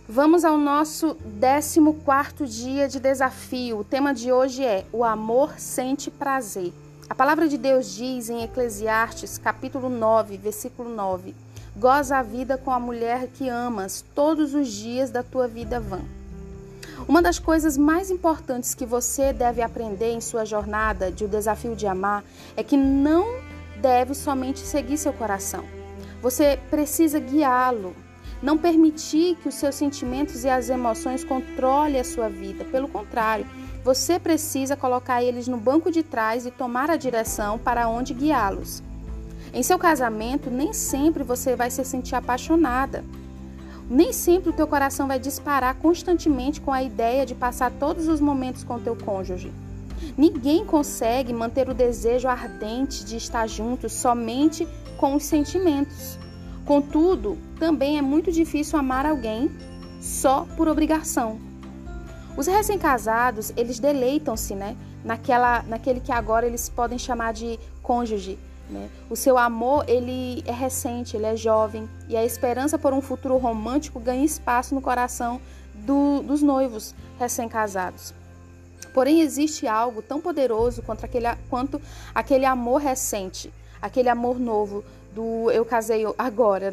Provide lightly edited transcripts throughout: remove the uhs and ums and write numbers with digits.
Vamos ao nosso 14º dia de desafio. O tema de hoje é: o amor sente prazer. A palavra de Deus diz em Eclesiastes, capítulo 9, versículo 9: goza a vida com a mulher que amas, todos os dias da tua vida vã. Uma das coisas mais importantes que você deve aprender em sua jornada de o desafio de amar é que não deve somente seguir seu coração. Você precisa guiá-lo. Não permitir que os seus sentimentos e as emoções controlem a sua vida. Pelo contrário, você precisa colocar eles no banco de trás e tomar a direção para onde guiá-los. Em seu casamento, nem sempre você vai se sentir apaixonada. Nem sempre o teu coração vai disparar constantemente com a ideia de passar todos os momentos com o teu cônjuge. Ninguém consegue manter o desejo ardente de estar juntos somente com os sentimentos. Contudo, também é muito difícil amar alguém só por obrigação. Os recém-casados, eles deleitam-se, naquele que agora eles podem chamar de cônjuge. O seu amor, ele é recente, ele é jovem, e a esperança por um futuro romântico ganha espaço no coração dos noivos recém-casados. Porém, existe algo tão poderoso quanto aquele amor recente, aquele amor novo do eu casei agora,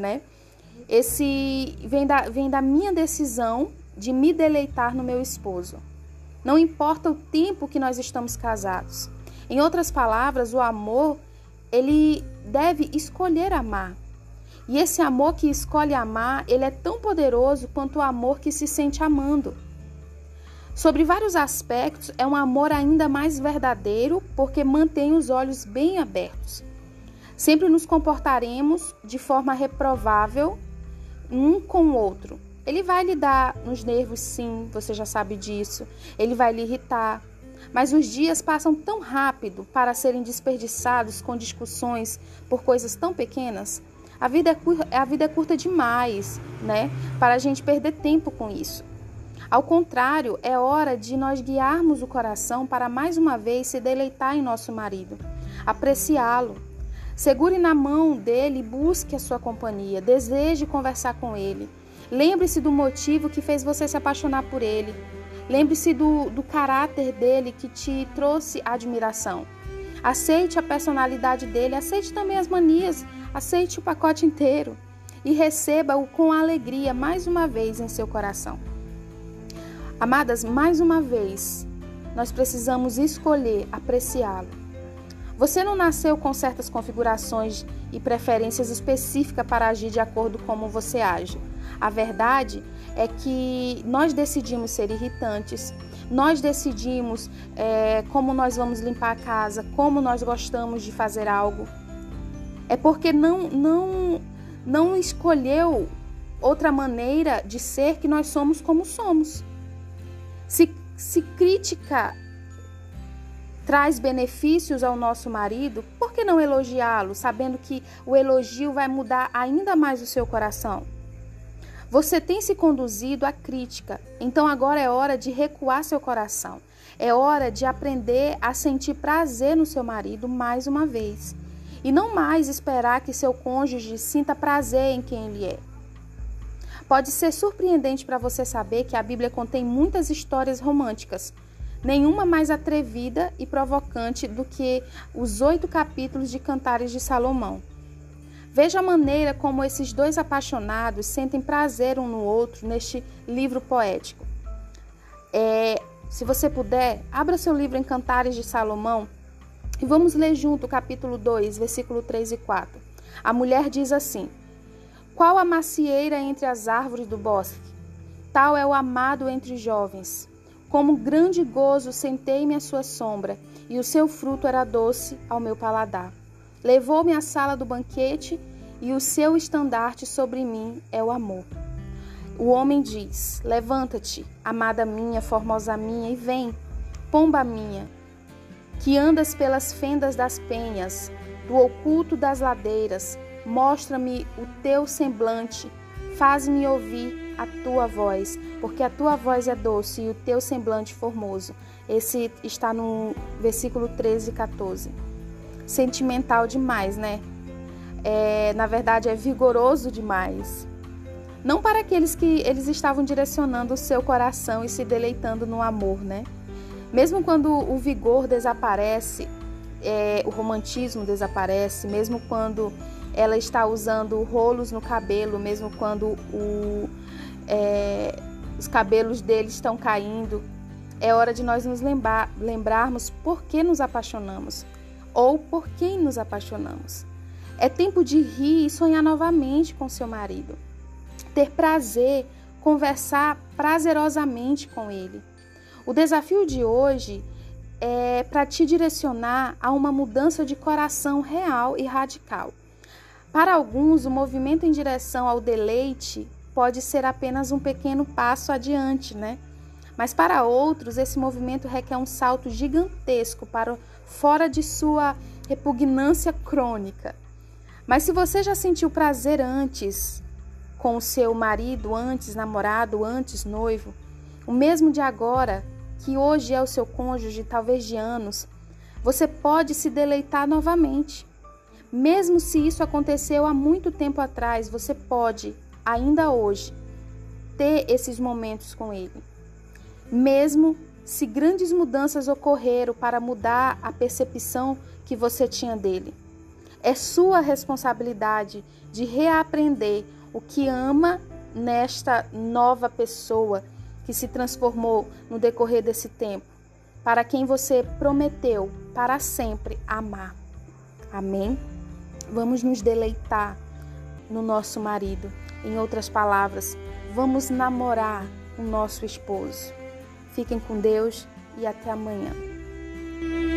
Esse vem da minha decisão de me deleitar no meu esposo. Não importa o tempo que nós estamos casados. Em outras palavras, o amor, ele deve escolher amar. E esse amor que escolhe amar, ele é tão poderoso quanto o amor que se sente amando. Sobre vários aspectos, é um amor ainda mais verdadeiro porque mantém os olhos bem abertos. Sempre nos comportaremos de forma reprovável um com o outro. Ele vai lhe dar nos nervos, sim, você já sabe disso. Ele vai lhe irritar. Mas os dias passam tão rápido para serem desperdiçados com discussões por coisas tão pequenas. A vida é curta demais, para a gente perder tempo com isso. Ao contrário, é hora de nós guiarmos o coração para mais uma vez se deleitar em nosso marido, apreciá-lo. Segure na mão dele e busque a sua companhia. Deseje conversar com ele. Lembre-se do motivo que fez você se apaixonar por ele. Lembre-se do caráter dele que te trouxe admiração. Aceite a personalidade dele, aceite também as manias, aceite o pacote inteiro e receba-o com alegria mais uma vez em seu coração. Amadas, mais uma vez, nós precisamos escolher apreciá-lo. Você não nasceu com certas configurações e preferências específicas para agir de acordo com como você age. A verdade é que nós decidimos ser irritantes, nós decidimos como nós vamos limpar a casa, como nós gostamos de fazer algo. É porque não escolheu outra maneira de ser que nós somos como somos. Se crítica traz benefícios ao nosso marido, por que não elogiá-lo, sabendo que o elogio vai mudar ainda mais o seu coração? Você tem se conduzido à crítica, então agora é hora de recuar seu coração. É hora de aprender a sentir prazer no seu marido mais uma vez. E não mais esperar que seu cônjuge sinta prazer em quem ele é. Pode ser surpreendente para você saber que a Bíblia contém muitas histórias românticas, nenhuma mais atrevida e provocante do que os 8 capítulos de Cantares de Salomão. Veja a maneira como esses dois apaixonados sentem prazer um no outro neste livro poético. Se você puder, abra seu livro em Cantares de Salomão e vamos ler junto o capítulo 2, versículo 3 e 4. A mulher diz assim: qual a macieira entre as árvores do bosque? Tal é o amado entre jovens. Como grande gozo sentei-me à sua sombra, e o seu fruto era doce ao meu paladar. Levou-me à sala do banquete, e o seu estandarte sobre mim é o amor. O homem diz: levanta-te, amada minha, formosa minha, e vem, pomba minha, que andas pelas fendas das penhas, do oculto das ladeiras, mostra-me o teu semblante, faz-me ouvir a tua voz, porque a tua voz é doce e o teu semblante formoso. Esse está no versículo 13 e 14. Sentimental demais, Na verdade, é vigoroso demais. Não para aqueles que eles estavam direcionando o seu coração e se deleitando no amor, né? Mesmo quando o vigor desaparece, o romantismo desaparece, mesmo quando ela está usando rolos no cabelo, mesmo quando os cabelos dele estão caindo, é hora de nós nos lembrarmos por que nos apaixonamos ou por quem nos apaixonamos. É tempo de rir e sonhar novamente com seu marido. Ter prazer, conversar prazerosamente com ele. O desafio de hoje é para te direcionar a uma mudança de coração real e radical. Para alguns, o movimento em direção ao deleite pode ser apenas um pequeno passo adiante, né? Mas para outros, esse movimento requer um salto gigantesco para fora de sua repugnância crônica. Mas se você já sentiu prazer antes com o seu marido, antes namorado, antes noivo, o mesmo de agora, que hoje é o seu cônjuge, talvez de anos, você pode se deleitar novamente. Mesmo se isso aconteceu há muito tempo atrás, você pode, ainda hoje, ter esses momentos com ele. Mesmo se grandes mudanças ocorreram para mudar a percepção que você tinha dele. É sua responsabilidade de reaprender o que ama nesta nova pessoa que se transformou no decorrer desse tempo, para quem você prometeu para sempre amar. Amém? Vamos nos deleitar no nosso marido. Em outras palavras, vamos namorar o nosso esposo. Fiquem com Deus e até amanhã.